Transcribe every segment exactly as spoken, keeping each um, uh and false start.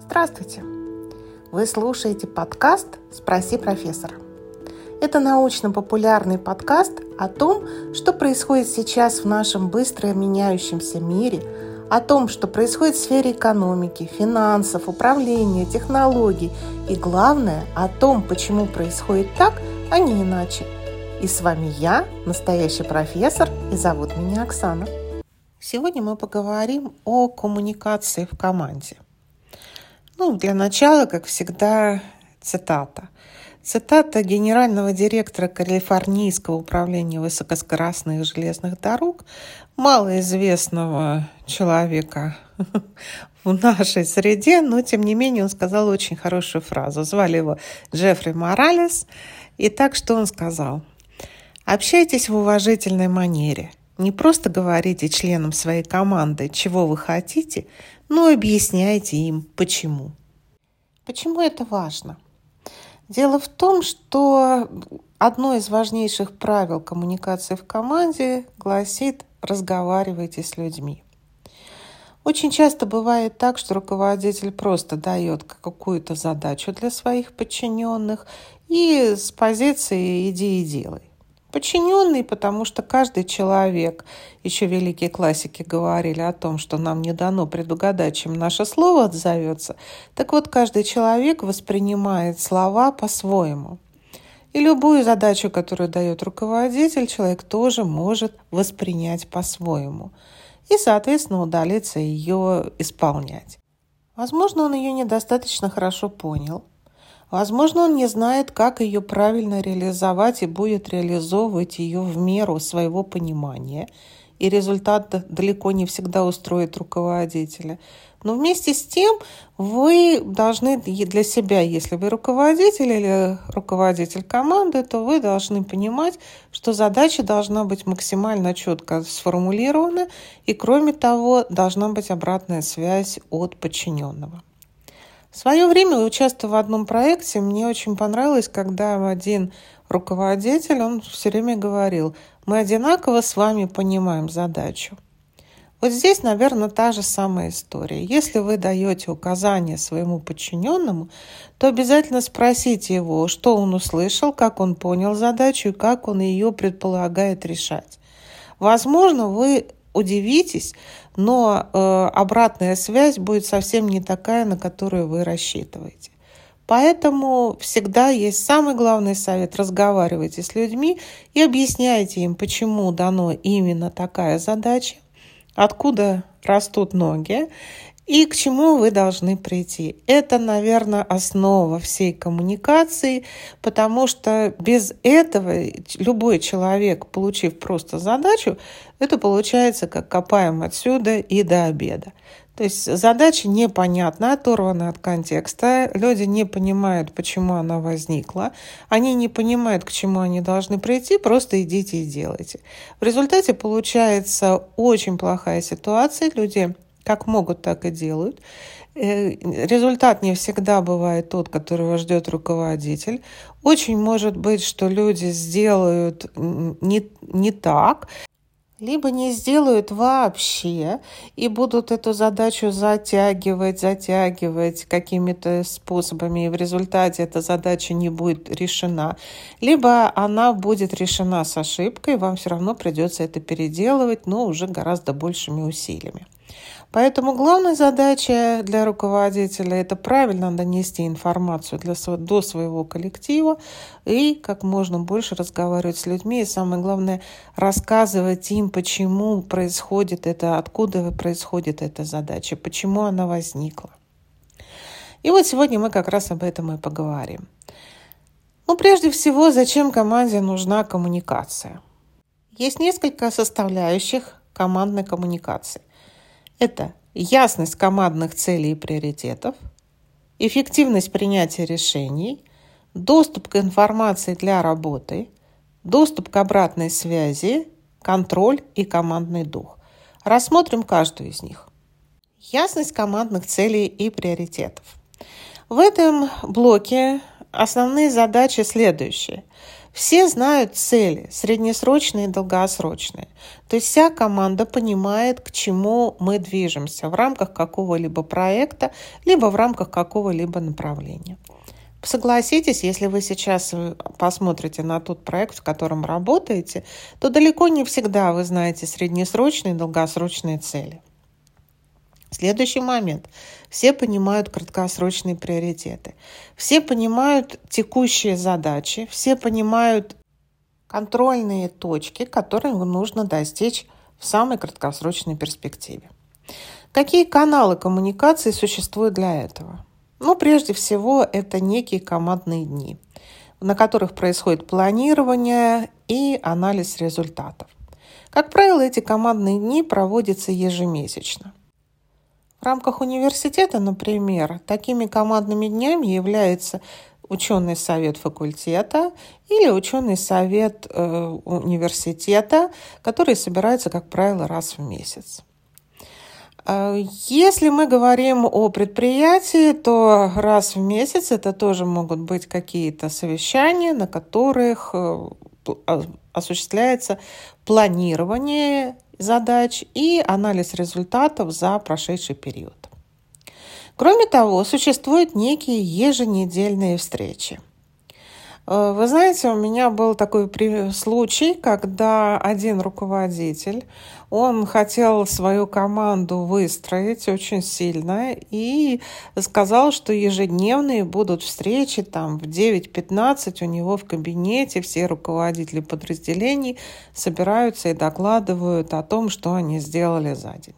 Здравствуйте! Вы слушаете подкаст «Спроси профессора». Это научно-популярный подкаст о том, что происходит сейчас в нашем быстро меняющемся мире, о том, что происходит в сфере экономики, финансов, управления, технологий и, главное, о том, почему происходит так, а не иначе. И с вами я, настоящий профессор, и зовут меня Оксана. Сегодня мы поговорим о коммуникации в команде. Ну, для начала, как всегда, цитата. Цитата генерального директора Калифорнийского управления высокоскоростных железных дорог, малоизвестного человека в нашей среде, но, тем не менее, он сказал очень хорошую фразу. Звали его Джеффри Моралес. И так, что он сказал? «Общайтесь в уважительной манере. Не просто говорите членам своей команды, чего вы хотите, но объясняйте им, почему». Почему это важно? Дело в том, что одно из важнейших правил коммуникации в команде гласит «разговаривайте с людьми». Очень часто бывает так, что руководитель просто дает какую-то задачу для своих подчиненных и с позиции «иди и делай». Подчиненный, потому что каждый человек, еще великие классики говорили о том, что нам не дано предугадать, чем наше слово отзовется. Так вот, каждый человек воспринимает слова по-своему. И любую задачу, которую дает руководитель, человек тоже может воспринять по-своему. И, соответственно, удалиться ее исполнять. Возможно, он ее недостаточно хорошо понял. Возможно, он не знает, как ее правильно реализовать и будет реализовывать ее в меру своего понимания. И результат далеко не всегда устроит руководителя. Но вместе с тем вы должны для себя, если вы руководитель или руководитель команды, то вы должны понимать, что задача должна быть максимально четко сформулирована, и, кроме того, должна быть обратная связь от подчиненного. В свое время, участвуя в одном проекте, мне очень понравилось, когда один руководитель, он все время говорил: мы одинаково с вами понимаем задачу. Вот здесь, наверное, та же самая история. Если вы даете указания своему подчиненному, то обязательно спросите его, что он услышал, как он понял задачу и как он ее предполагает решать. Возможно, вы удивитесь, но э, обратная связь будет совсем не такая, на которую вы рассчитываете. Поэтому всегда есть самый главный совет: разговаривайте с людьми и объясняйте им, почему дано именно такая задача, откуда растут ноги и к чему вы должны прийти. Это, наверное, основа всей коммуникации, потому что без этого любой человек, получив просто задачу, это получается как копаем отсюда и до обеда. То есть задача непонятна, оторвана от контекста, люди не понимают, почему она возникла, они не понимают, к чему они должны прийти, просто идите и делайте. В результате получается очень плохая ситуация, люди как могут, так и делают. Результат не всегда бывает тот, которого ждет руководитель. Очень может быть, что люди сделают не, не так, либо не сделают вообще и будут эту задачу затягивать, затягивать какими-то способами, и в результате эта задача не будет решена. Либо она будет решена с ошибкой, вам все равно придется это переделывать, но уже гораздо большими усилиями. Поэтому главная задача для руководителя – это правильно донести информацию для, до своего коллектива и как можно больше разговаривать с людьми. И самое главное – рассказывать им, почему происходит это, откуда происходит эта задача, почему она возникла. И вот сегодня мы как раз об этом и поговорим. Ну, прежде всего, зачем команде нужна коммуникация? Есть несколько составляющих командной коммуникации. Это ясность командных целей и приоритетов, эффективность принятия решений, доступ к информации для работы, доступ к обратной связи, контроль и командный дух. Рассмотрим каждую из них. Ясность командных целей и приоритетов. В этом блоке основные задачи следующие. Все знают цели, среднесрочные и долгосрочные. То есть вся команда понимает, к чему мы движемся в рамках какого-либо проекта, либо в рамках какого-либо направления. Согласитесь, если вы сейчас посмотрите на тот проект, в котором работаете, то далеко не всегда вы знаете среднесрочные и долгосрочные цели. Следующий момент. Все понимают краткосрочные приоритеты. Все понимают текущие задачи. Все понимают контрольные точки, которые нужно достичь в самой краткосрочной перспективе. Какие каналы коммуникации существуют для этого? Ну, прежде всего, это некие командные дни, на которых происходит планирование и анализ результатов. Как правило, эти командные дни проводятся ежемесячно. В рамках университета, например, такими командными днями является ученый совет факультета или ученый совет э, университета, который собирается, как правило, раз в месяц. Если мы говорим о предприятии, то раз в месяц это тоже могут быть какие-то совещания, на которых осуществляется планирование задач и анализ результатов за прошедший период. Кроме того, существуют некие еженедельные встречи. Вы знаете, у меня был такой случай, когда один руководитель, он хотел свою команду выстроить очень сильно и сказал, что ежедневные будут встречи там в девять пятнадцать у него в кабинете, все руководители подразделений собираются и докладывают о том, что они сделали за день.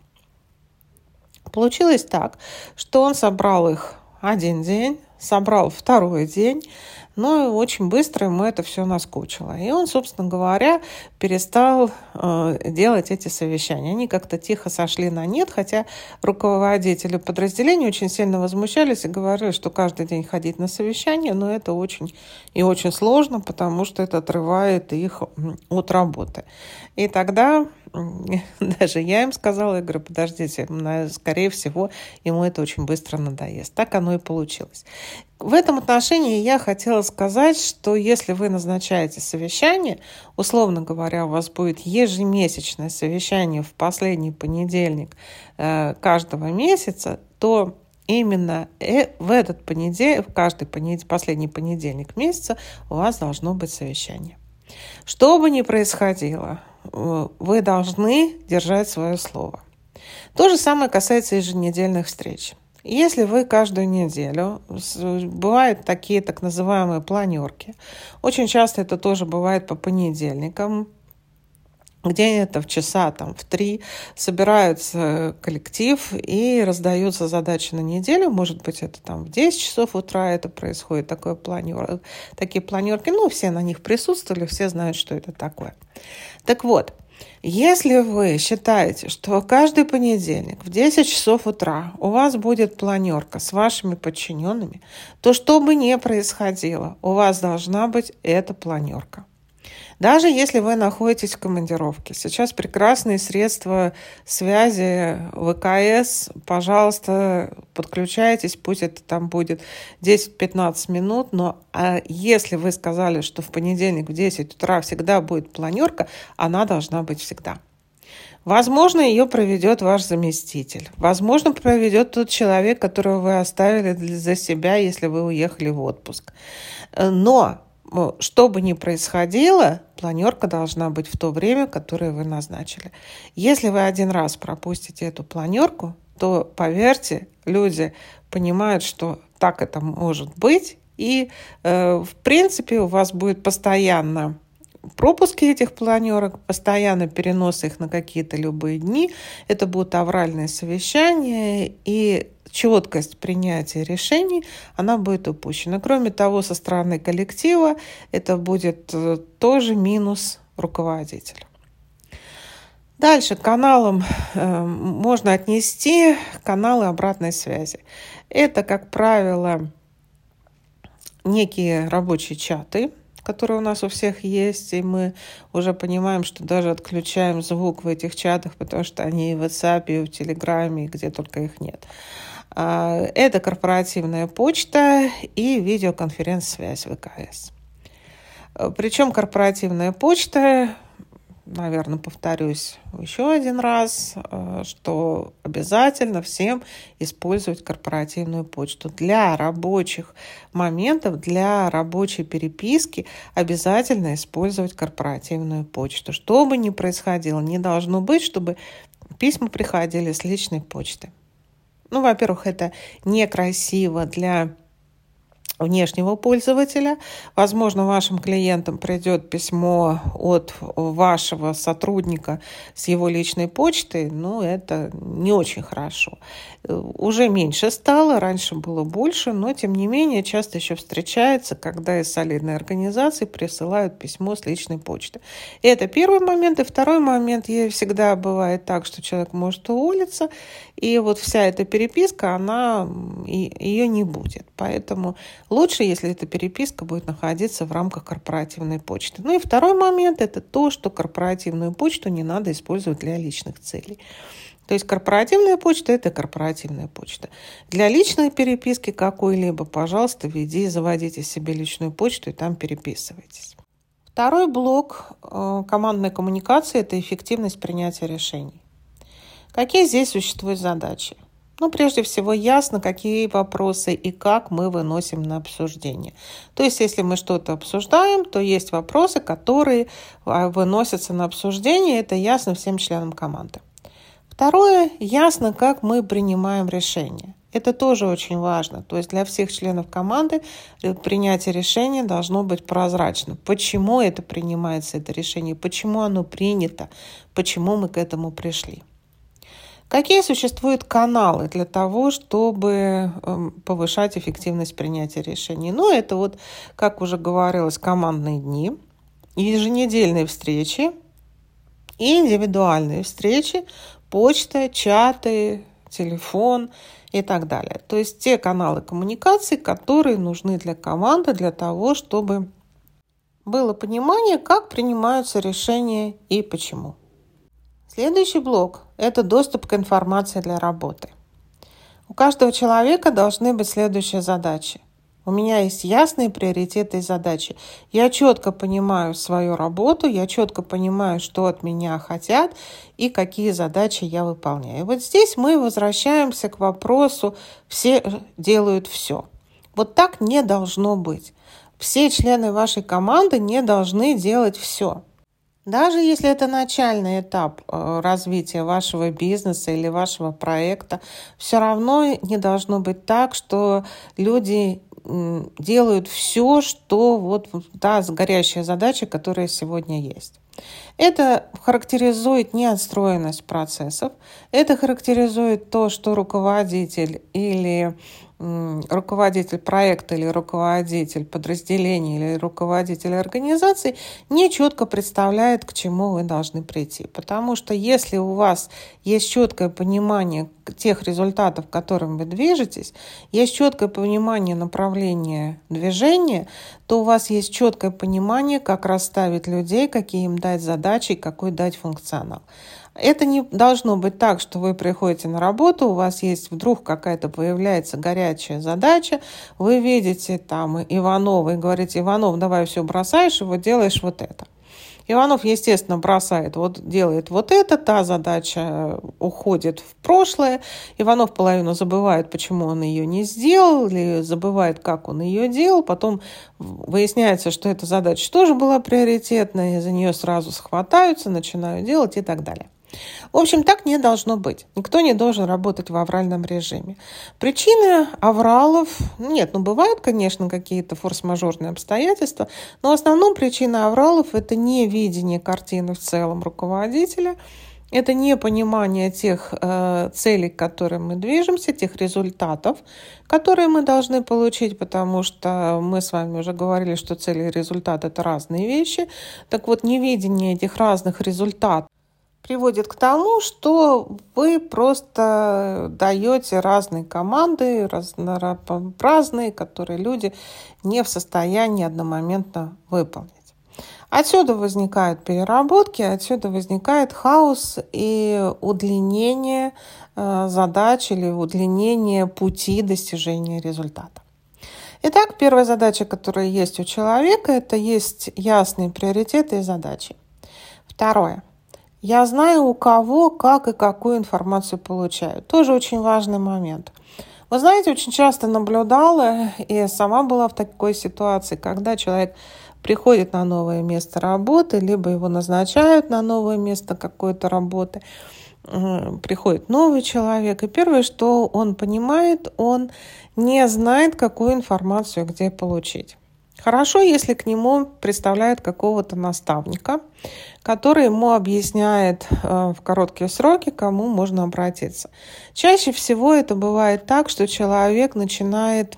Получилось так, что он собрал их один день, собрал второй день, но очень быстро ему это все наскучило. И он, собственно говоря, перестал э, делать эти совещания. Они как-то тихо сошли на нет, хотя руководители подразделений очень сильно возмущались и говорили, что каждый день ходить на совещание, но это очень и очень сложно, потому что это отрывает их от работы. И тогда даже я им сказала, я говорю, подождите, скорее всего, ему это очень быстро надоест. Так оно и получилось. В этом отношении я хотела сказать, что если вы назначаете совещание, условно говоря, у вас будет ежемесячное совещание в последний понедельник э, каждого месяца, то именно в этот понедельник, в каждый понедельник, последний понедельник месяца у вас должно быть совещание. Что бы ни происходило, вы должны держать свое слово. То же самое касается еженедельных встреч. Если вы каждую неделю, бывают такие так называемые планерки, очень часто это тоже бывает по понедельникам, где-то в часа там, в три собираются коллектив и раздаются задачи на неделю. Может быть, это там в десять часов утра это происходит, такое планер, такие планерки. Ну, все на них присутствовали, все знают, что это такое. Так вот, если вы считаете, что каждый понедельник в десять часов утра у вас будет планерка с вашими подчиненными, то что бы ни происходило, у вас должна быть эта планерка. Даже если вы находитесь в командировке, сейчас прекрасные средства связи, ВКС, пожалуйста, подключайтесь, пусть это там будет десять-пятнадцать минут, но а если вы сказали, что в понедельник в десять утра всегда будет планерка, она должна быть всегда. Возможно, ее проведет ваш заместитель. Возможно, проведет тот человек, которого вы оставили за себя, если вы уехали в отпуск. Но что бы ни происходило, планерка должна быть в то время, которое вы назначили. Если вы один раз пропустите эту планерку, то, поверьте, люди понимают, что так это может быть. И, э, в принципе, у вас будет постоянно пропуски этих планерок, постоянно перенос их на какие-то любые дни. Это будут авральные совещания, и четкость принятия решений, она будет упущена. Кроме того, со стороны коллектива это будет тоже минус руководителя. Дальше к каналам э, можно отнести каналы обратной связи. Это, как правило, некие рабочие чаты, которые у нас у всех есть, и мы уже понимаем, что даже отключаем звук в этих чатах, потому что они и в WhatsApp, и в Телеграме, и где только их нет. Это корпоративная почта и видеоконференц-связь ВКС. Причем корпоративная почта, наверное, повторюсь еще один раз, что обязательно всем использовать корпоративную почту. Для рабочих моментов, для рабочей переписки обязательно использовать корпоративную почту. Что бы ни происходило, не должно быть, чтобы письма приходили с личной почты. Ну, во-первых, это некрасиво для внешнего пользователя. Возможно, вашим клиентам придет письмо от вашего сотрудника с его личной почтой, но это не очень хорошо. Уже меньше стало, раньше было больше, но тем не менее часто еще встречается, когда из солидной организации присылают письмо с личной почты. Это первый момент. И второй момент, и всегда бывает так, что человек может уволиться, и вот вся эта переписка, она, ее не будет. Поэтому лучше, если эта переписка будет находиться в рамках корпоративной почты. Ну и второй момент – это то, что корпоративную почту не надо использовать для личных целей. То есть корпоративная почта – это корпоративная почта. Для личной переписки какой-либо, пожалуйста, веди, заводите себе личную почту и там переписывайтесь. Второй блок командной коммуникации – это эффективность принятия решений. Какие здесь существуют задачи? Ну, прежде всего, ясно, какие вопросы и как мы выносим на обсуждение. То есть, если мы что-то обсуждаем, то есть вопросы, которые выносятся на обсуждение. Это ясно всем членам команды. Второе, ясно, как мы принимаем решения. Это тоже очень важно. То есть для всех членов команды принятие решения должно быть прозрачным. Почему это принимается, это решение, почему оно принято, почему мы к этому пришли. Какие существуют каналы для того, чтобы повышать эффективность принятия решений? Ну, это вот, как уже говорилось, командные дни, еженедельные встречи и индивидуальные встречи, почта, чаты, телефон и так далее. То есть те каналы коммуникации, которые нужны для команды для того, чтобы было понимание, как принимаются решения и почему. Следующий блок – это доступ к информации для работы. У каждого человека должны быть следующие задачи. У меня есть ясные приоритеты и задачи. Я четко понимаю свою работу, я четко понимаю, что от меня хотят и какие задачи я выполняю. И вот здесь мы возвращаемся к вопросу «все делают все». Вот так не должно быть. Все члены вашей команды не должны делать все. Даже если это начальный этап развития вашего бизнеса или вашего проекта, все равно не должно быть так, что люди делают все, что вот та горящая задача, которая сегодня есть. Это характеризует неотстроенность процессов, это характеризует то, что руководитель или руководитель проекта или руководитель подразделения или руководитель организации не четко представляет, к чему вы должны прийти. Потому что если у вас есть четкое понимание тех результатов, к которым вы движетесь, есть четкое понимание направления движения, то у вас есть четкое понимание, как расставить людей, какие им дать задачи, какой дать функционал. Это не должно быть так, что вы приходите на работу, у вас есть вдруг какая-то появляется горячая задача, вы видите там Иванова и говорите: Иванов, давай все бросаешь и вот делаешь вот это. Иванов, естественно, бросает, вот делает вот это, та задача уходит в прошлое. Иванов половину забывает, почему он ее не сделал, или забывает, как он ее делал. Потом выясняется, что эта задача тоже была приоритетная, и за нее сразу схватаются, начинают делать и так далее. В общем, так не должно быть. Никто не должен работать в авральном режиме. Причины авралов... Нет, ну бывают, конечно, какие-то форс-мажорные обстоятельства, но в основном причина авралов – это не видение картины в целом руководителя, это не понимание тех э, целей, к которым мы движемся, тех результатов, которые мы должны получить, потому что мы с вами уже говорили, что цели и результат – это разные вещи. Так вот, невидение этих разных результатов приводит к тому, что вы просто даете разные команды, разные, которые люди не в состоянии одномоментно выполнить. Отсюда возникают переработки, отсюда возникает хаос и удлинение задач или удлинение пути достижения результата. Итак, первая задача, которая есть у человека, это есть ясные приоритеты и задачи. Второе. Я знаю, у кого, как и какую информацию получаю. Тоже очень важный момент. Вы знаете, очень часто наблюдала и сама была в такой ситуации, когда человек приходит на новое место работы, либо его назначают на новое место какой-то работы, приходит новый человек, и первое, что он понимает, он не знает, какую информацию где получить. Хорошо, если к нему представляют какого-то наставника, который ему объясняет в короткие сроки, к кому можно обратиться. Чаще всего это бывает так, что человек начинает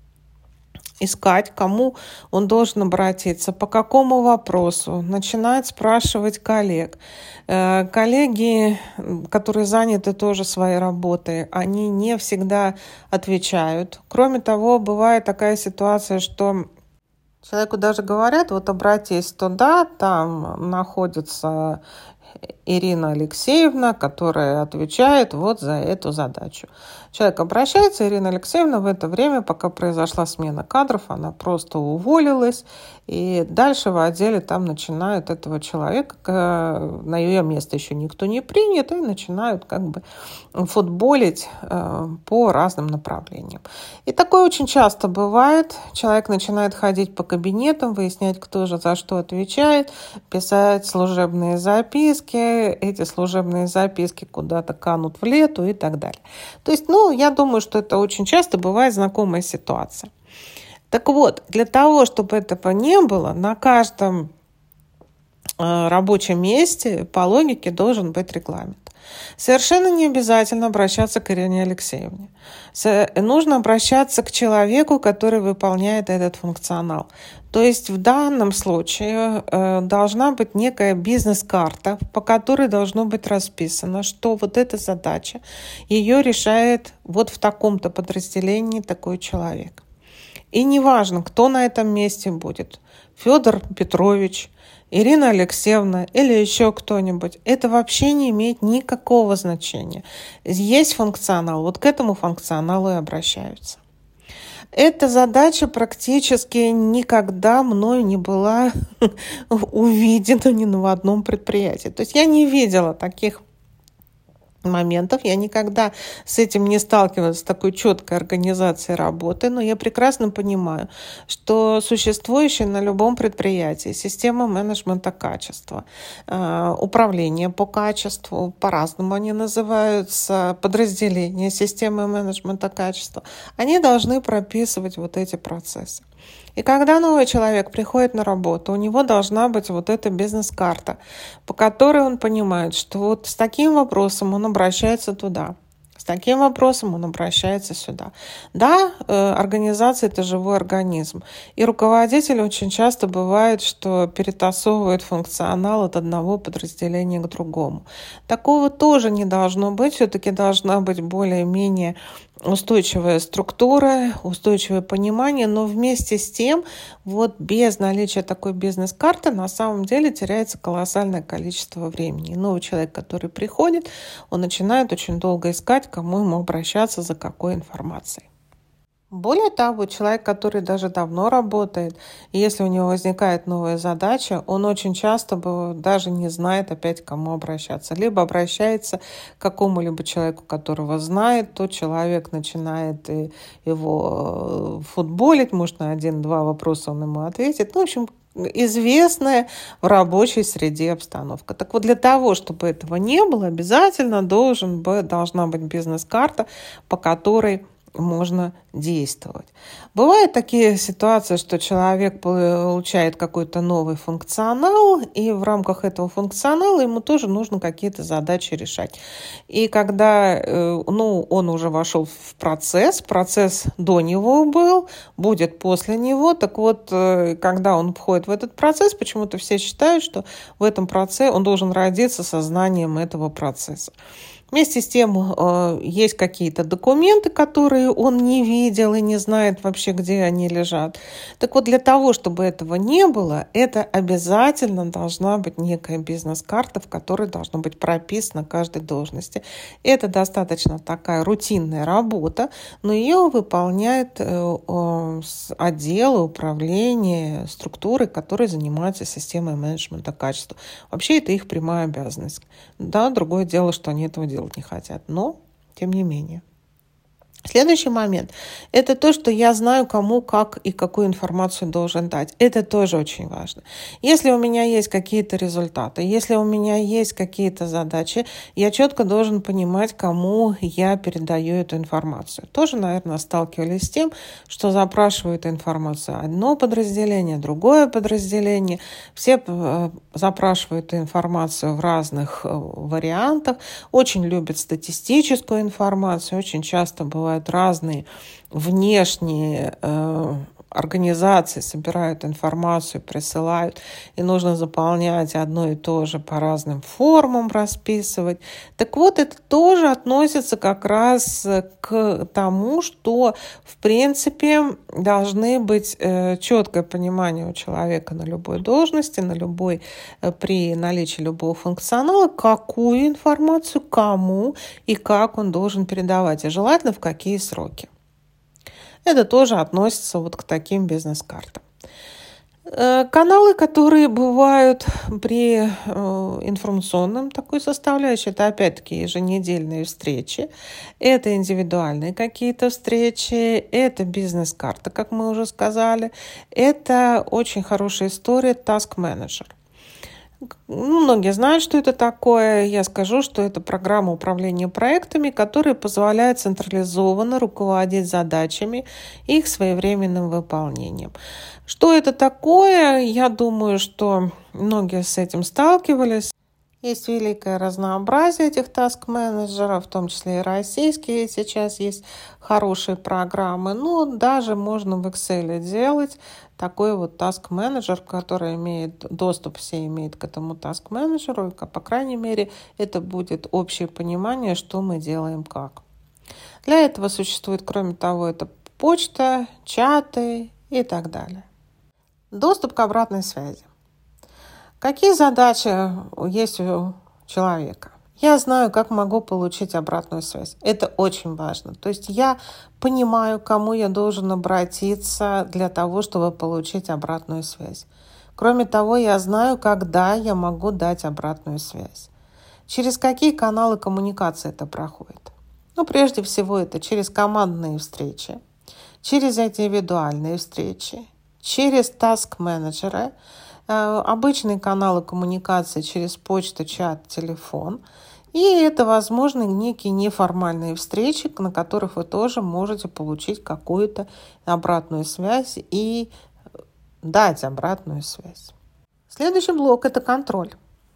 искать, к кому он должен обратиться, по какому вопросу, начинает спрашивать коллег. Коллеги, которые заняты тоже своей работой, они не всегда отвечают. Кроме того, бывает такая ситуация, что человеку даже говорят, вот обратись туда, там находится Ирина Алексеевна, которая отвечает вот за эту задачу. Человек обращается, Ирина Алексеевна в это время, пока произошла смена кадров, она просто уволилась, и дальше в отделе там начинают этого человека, на ее место еще никто не принят, и начинают как бы футболить по разным направлениям. И такое очень часто бывает. Человек начинает ходить по кабинетам, выяснять, кто же за что отвечает, писать служебные записки, эти служебные записки куда-то канут в лету и так далее. То есть, ну, я думаю, что это очень часто бывает знакомая ситуация. Так вот, для того, чтобы этого не было, на каждом э, рабочем месте по логике должен быть регламент. Совершенно не обязательно обращаться к Ирине Алексеевне. Нужно обращаться к человеку, который выполняет этот функционал. То есть в данном случае э, должна быть некая бизнес-карта, по которой должно быть расписано, что вот эта задача, ее решает вот в таком-то подразделении такой человек. И неважно, кто на этом месте будет. Федор Петрович, Ирина Алексеевна или еще кто-нибудь. Это вообще не имеет никакого значения. Есть функционал, вот к этому функционалу и обращаются. Эта задача практически никогда мною не была увидена ни на одном предприятии. То есть я не видела таких моментов. Я никогда с этим не сталкивалась, с такой четкой организацией работы, но я прекрасно понимаю, что существующая на любом предприятии система менеджмента качества, управление по качеству, по-разному они называются, подразделения системы менеджмента качества, они должны прописывать вот эти процессы. И когда новый человек приходит на работу, у него должна быть вот эта бизнес-карта, по которой он понимает, что вот с таким вопросом он обращается туда, с таким вопросом он обращается сюда. Да, организация – это живой организм. И руководитель очень часто бывает, что перетасовывает функционал от одного подразделения к другому. Такого тоже не должно быть. Все-таки должна быть более-менее устойчивая структура, устойчивое понимание, но вместе с тем, вот без наличия такой бизнес-карты на самом деле теряется колоссальное количество времени. И новый человек, который приходит, он начинает очень долго искать, к кому ему обращаться, за какой информацией. Более того, человек, который даже давно работает, и если у него возникает новая задача, он очень часто даже не знает опять, к кому обращаться. Либо обращается к какому-либо человеку, которого знает, тот человек начинает его футболить, может, на один-два вопроса он ему ответит. Ну, в общем, известная в рабочей среде обстановка. Так вот, для того, чтобы этого не было, обязательно должен быть, должна быть бизнес-карта, по которой можно действовать. Бывают такие ситуации, что человек получает какой-то новый функционал, и в рамках этого функционала ему тоже нужно какие-то задачи решать. И когда ну, он уже вошел в процесс, процесс до него был, будет после него, так вот, когда он входит в этот процесс, почему-то все считают, что в этом процессе он должен родиться сознанием этого процесса. Вместе с тем э, есть какие-то документы, которые он не видел и не знает вообще, где они лежат. Так вот, для того, чтобы этого не было, это обязательно должна быть некая бизнес-карта, в которой должно быть прописано каждой должности. Это достаточно такая рутинная работа, но ее выполняет э, э, отделы управления, структуры, которые занимаются системой менеджмента качества. Вообще, это их прямая обязанность. Да, другое дело, что они этого делать не хотят, но тем не менее. Следующий момент – это то, что я знаю, кому, как и какую информацию должен дать. Это тоже очень важно. Если у меня есть какие-то результаты, если у меня есть какие-то задачи, я четко должен понимать, кому я передаю эту информацию. Тоже, наверное, сталкивались с тем, что запрашивают информацию одно подразделение, другое подразделение. Все запрашивают информацию в разных вариантах, очень любят статистическую информацию, очень часто бывает разные внешние э, организации собирают информацию, присылают, и нужно заполнять одно и то же по разным формам, расписывать. Так вот, это тоже относится как раз к тому, что, в принципе, должны быть э, четкое понимание у человека на любой должности, на любой, э, при наличии любого функционала, какую информацию, кому и как он должен передавать, и желательно в какие сроки. Это тоже относится вот к таким бизнес-картам. Каналы, которые бывают при информационном такой составляющей, это опять-таки еженедельные встречи, это индивидуальные какие-то встречи, это бизнес-карта, как мы уже сказали, это очень хорошая история Task Manager. Ну, многие знают, что это такое. Я скажу, что это программа управления проектами, которая позволяет централизованно руководить задачами и их своевременным выполнением. Что это такое? Я думаю, что многие с этим сталкивались. Есть великое разнообразие этих таск-менеджеров, в том числе и российские. Сейчас есть хорошие программы. Но даже можно в Excel делать такой вот таск-менеджер, который имеет доступ, все имеют к этому таск-менеджеру. По крайней мере, это будет общее понимание, что мы делаем как. Для этого существует, кроме того, это почта, чаты и так далее. Доступ к обратной связи. Какие задачи есть у человека? Я знаю, как могу получить обратную связь. Это очень важно. То есть я понимаю, к кому я должен обратиться для того, чтобы получить обратную связь. Кроме того, я знаю, когда я могу дать обратную связь. Через какие каналы коммуникации это проходит? Ну, прежде всего, это через командные встречи, через индивидуальные встречи, через таск-менеджера, обычные каналы коммуникации через почту, чат, телефон. И это, возможно, некие неформальные встречи, на которых вы тоже можете получить какую-то обратную связь и дать обратную связь. Следующий блок – это контроль.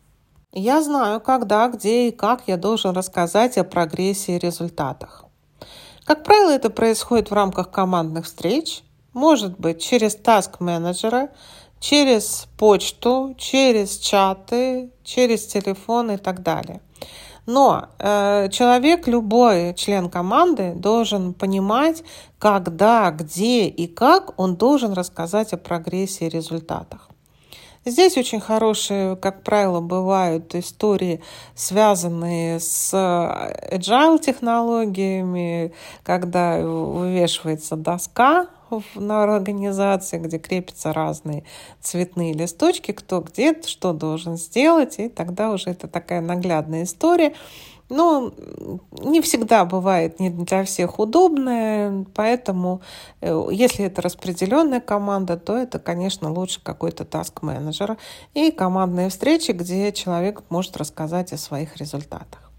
Я знаю, когда, где и как я должен рассказать о прогрессе и результатах. Как правило, это происходит в рамках командных встреч, может быть, через таск-менеджера, через почту, через чаты, через телефон и так далее. Но э, человек, любой член команды должен понимать, когда, где и как он должен рассказать о прогрессе и результатах. Здесь очень хорошие, как правило, бывают истории, связанные с agile технологиями, когда вывешивается доска на организации, где крепятся разные цветные листочки, кто где что должен сделать, и тогда уже это такая наглядная история. Но не всегда бывает не для всех удобная, поэтому если это распределенная команда, то это, конечно, лучше какой-то таск-менеджер и командные встречи, где человек может рассказать о своих результатах.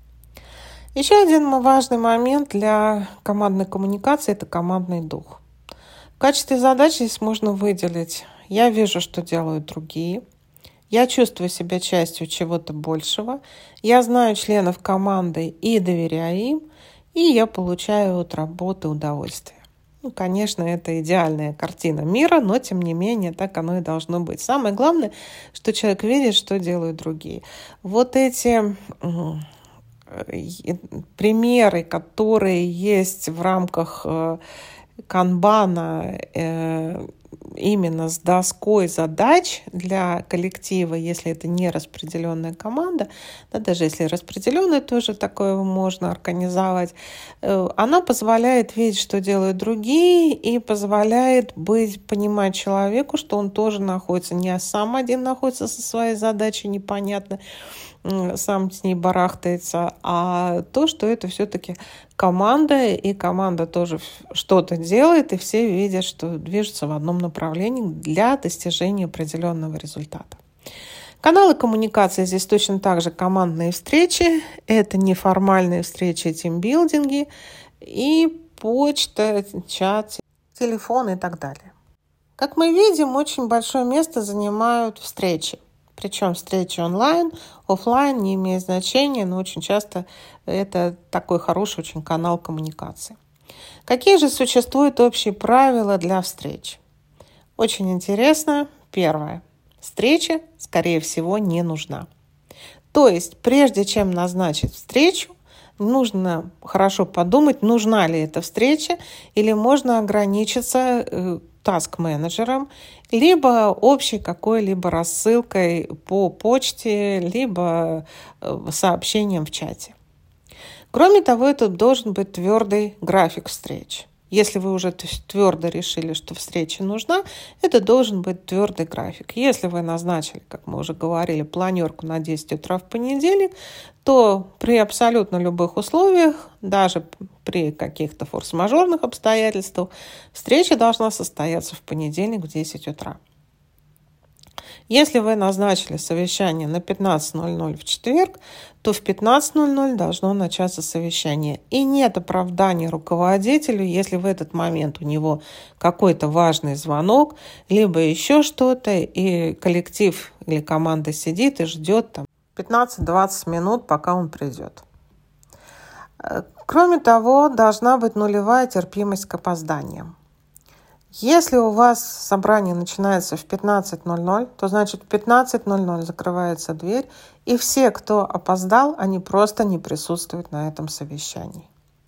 Еще один важный момент для командной коммуникации – это командный дух. В качестве задач здесь можно выделить: я вижу, что делают другие, я чувствую себя частью чего-то большего, я знаю членов команды и доверяю им, и я получаю от работы удовольствие. Ну, конечно, это идеальная картина мира, но, тем не менее, так оно и должно быть. Самое главное, что человек видит, что делают другие. Вот эти примеры, которые есть в рамках канбана именно с доской задач для коллектива, если это не распределенная команда, да, даже если распределенная, тоже такое можно организовать, она позволяет видеть, что делают другие, и позволяет быть, понимать человеку, что он тоже находится, не сам один находится со своей задачей непонятно, сам с ней барахтается, а то, что это все-таки команда, и команда тоже что-то делает, и все видят, что движутся в одном направлении для достижения определенного результата. Каналы коммуникации здесь точно так же командные встречи, это неформальные встречи, тимбилдинги, и почта, чат, телефон и так далее. Как мы видим, очень большое место занимают встречи. Причем встречи онлайн, офлайн, не имеет значения, но очень часто это такой хороший очень канал коммуникации. Какие же существуют общие правила для встреч? Очень интересно. Первое. Встреча, скорее всего, не нужна. То есть, прежде чем назначить встречу, нужно хорошо подумать, нужна ли эта встреча, или можно ограничиться таск-менеджером, либо общей какой-либо рассылкой по почте, либо сообщением в чате. Кроме того, это должен быть твердый график встреч. Если вы уже твердо решили, что встреча нужна, это должен быть твердый график. Если вы назначили, как мы уже говорили, планерку на десять утра в понедельник, то при абсолютно любых условиях, даже при каких-то форс-мажорных обстоятельствах, встреча должна состояться в понедельник в десять утра. Если вы назначили совещание на пятнадцать ноль ноль в четверг, то в пятнадцать ноль ноль должно начаться совещание. И нет оправдания руководителю, если в этот момент у него какой-то важный звонок, либо еще что-то, и коллектив или команда сидит и ждет там пятнадцать-двадцать минут, пока он придет. Кроме того, должна быть нулевая терпимость к опозданиям. Если у вас собрание начинается в пятнадцать ноль ноль, то значит в пятнадцать ноль ноль закрывается дверь, и все, кто опоздал, они просто не присутствуют на этом совещании.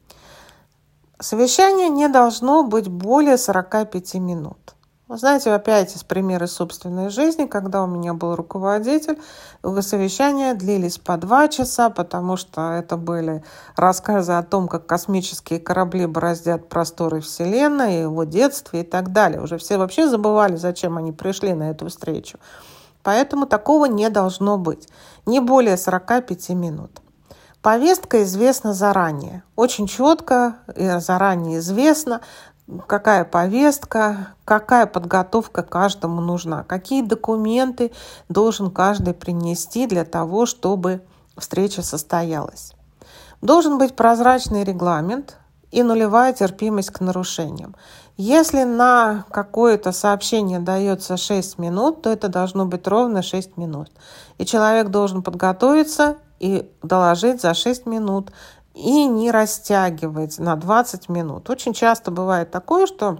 Совещание не должно быть более сорок пять минут. Вы знаете, опять из примера собственной жизни, когда у меня был руководитель, совещания длились по два часа, потому что это были рассказы о том, как космические корабли бороздят просторы Вселенной, его детстве и так далее. Уже все вообще забывали, зачем они пришли на эту встречу. Поэтому такого не должно быть. Не более сорок пять минут. Повестка известна заранее. Очень четко и заранее известно, какая повестка, какая подготовка каждому нужна, какие документы должен каждый принести для того, чтобы встреча состоялась. Должен быть прозрачный регламент и нулевая терпимость к нарушениям. Если на какое-то сообщение дается шесть минут, то это должно быть ровно шесть минут. И человек должен подготовиться и доложить за шесть минут, и не растягивать на двадцать минут. Очень часто бывает такое, что,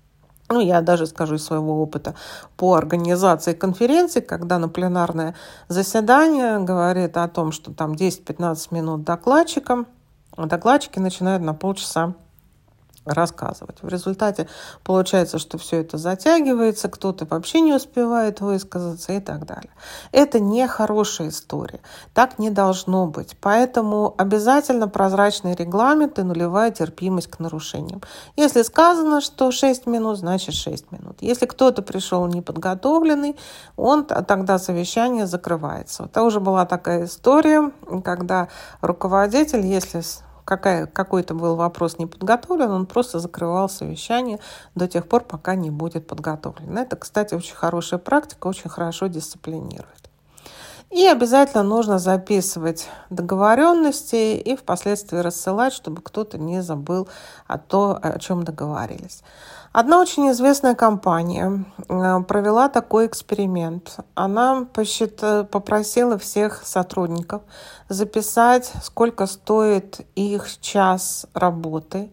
ну, я даже скажу из своего опыта по организации конференций, когда на пленарное заседание говорит о том, что там десять-пятнадцать минут докладчикам, а докладчики начинают на полчаса рассказывать. В результате получается, что все это затягивается, кто-то вообще не успевает высказаться и так далее. Это не хорошая история. Так не должно быть. Поэтому обязательно прозрачный регламент и нулевая терпимость к нарушениям. Если сказано, что шесть минут, значит шесть минут. Если кто-то пришел неподготовленный, он, тогда совещание закрывается. Вот уже была такая история, когда руководитель, если Какая, какой-то был вопрос не подготовлен, он просто закрывал совещание до тех пор, пока не будет подготовлен. Это, кстати, очень хорошая практика, очень хорошо дисциплинирует. И обязательно нужно записывать договоренности и впоследствии рассылать, чтобы кто-то не забыл о том, о чем договорились. Одна очень известная компания провела такой эксперимент. Она посчитала, попросила всех сотрудников записать, сколько стоит их час работы,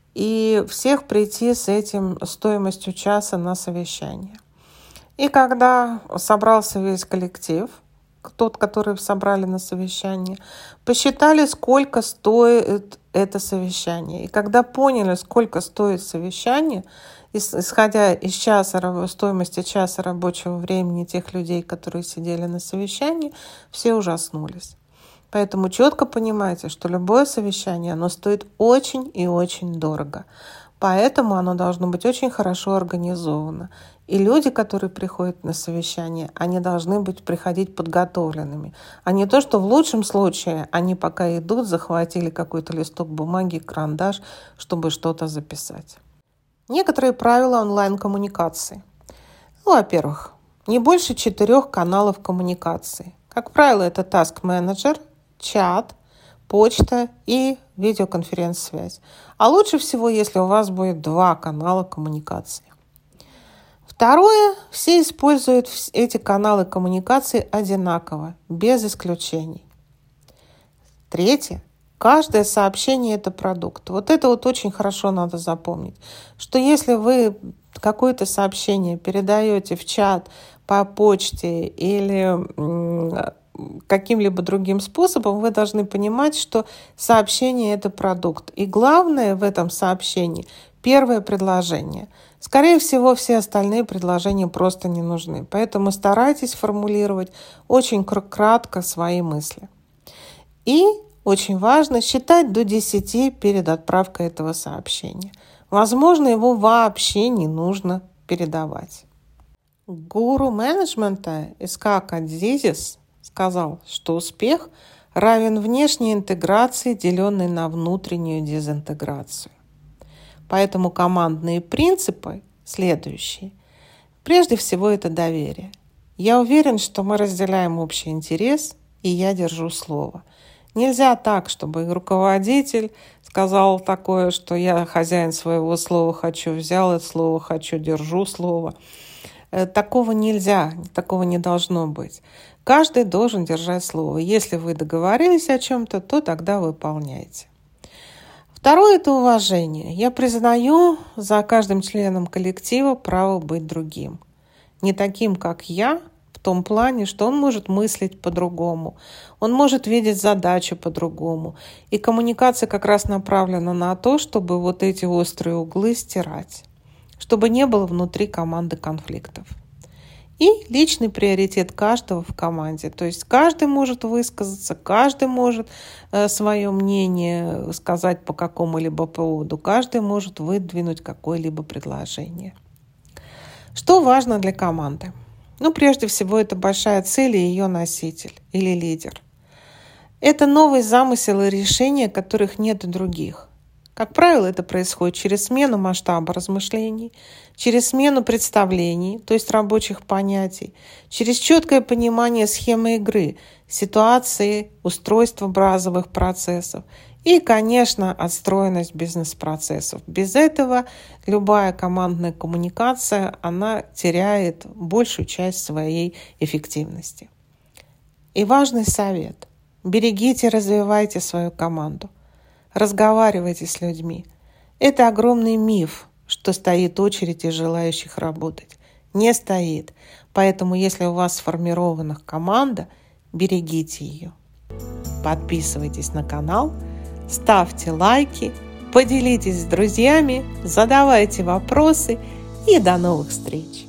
и всех прийти с этим стоимостью часа на совещание. И когда собрался весь коллектив, тот, который собрали на совещании, посчитали, сколько стоит это совещание. И когда поняли, сколько стоит совещание, исходя из часа, стоимости часа рабочего времени тех людей, которые сидели на совещании, все ужаснулись. Поэтому четко понимайте, что любое совещание, оно стоит очень и очень дорого. Поэтому оно должно быть очень хорошо организовано. И люди, которые приходят на совещание, они должны быть приходить подготовленными. А не то, что в лучшем случае они пока идут, захватили какой-то листок бумаги, карандаш, чтобы что-то записать. Некоторые правила онлайн-коммуникации. Ну, во-первых, не больше четырех каналов коммуникации. Как правило, это Task Manager, чат, почта и видеоконференц-связь. А лучше всего, если у вас будет два канала коммуникации. Второе. Все используют эти каналы коммуникации одинаково, без исключений. Третье. Каждое сообщение – это продукт. Вот это вот очень хорошо надо запомнить, что если вы какое-то сообщение передаете в чат, по почте или каким-либо другим способом, вы должны понимать, что сообщение – это продукт. И главное в этом сообщении – первое предложение. Скорее всего, все остальные предложения просто не нужны. Поэтому старайтесь формулировать очень кратко свои мысли. И очень важно считать до десяти перед отправкой этого сообщения. Возможно, его вообще не нужно передавать. Гуру менеджмента Исхак Азизис сказал, что успех равен внешней интеграции, деленной на внутреннюю дезинтеграцию. Поэтому командные принципы следующие. Прежде всего, это доверие. Я уверен, что мы разделяем общий интерес, и я держу слово. Нельзя так, чтобы руководитель сказал такое, что я хозяин своего слова, хочу, взял это слово, хочу, держу слово. Такого нельзя, такого не должно быть. Каждый должен держать слово. Если вы договорились о чем-то, то тогда выполняйте. Второе – это уважение. Я признаю за каждым членом коллектива право быть другим. Не таким, как я, в том плане, что он может мыслить по-другому, он может видеть задачу по-другому. И коммуникация как раз направлена на то, чтобы вот эти острые углы стирать, чтобы не было внутри команды конфликтов. И личный приоритет каждого в команде. То есть каждый может высказаться, каждый может э, свое мнение сказать по какому-либо поводу, каждый может выдвинуть какое-либо предложение. Что важно для команды? Ну, прежде всего, это большая цель и ее носитель или лидер. Это новый замысел и решения, которых нет и других. Как правило, это происходит через смену масштаба размышлений, через смену представлений, то есть рабочих понятий, через четкое понимание схемы игры, ситуации, устройства базовых процессов и, конечно, отстроенность бизнес-процессов. Без этого любая командная коммуникация, она теряет большую часть своей эффективности. И важный совет. Берегите и развивайте свою команду. Разговаривайте с людьми. Это огромный миф, что стоит очередь из желающих работать. Не стоит. Поэтому, если у вас сформирована команда, берегите ее. Подписывайтесь на канал, ставьте лайки, поделитесь с друзьями, задавайте вопросы и до новых встреч!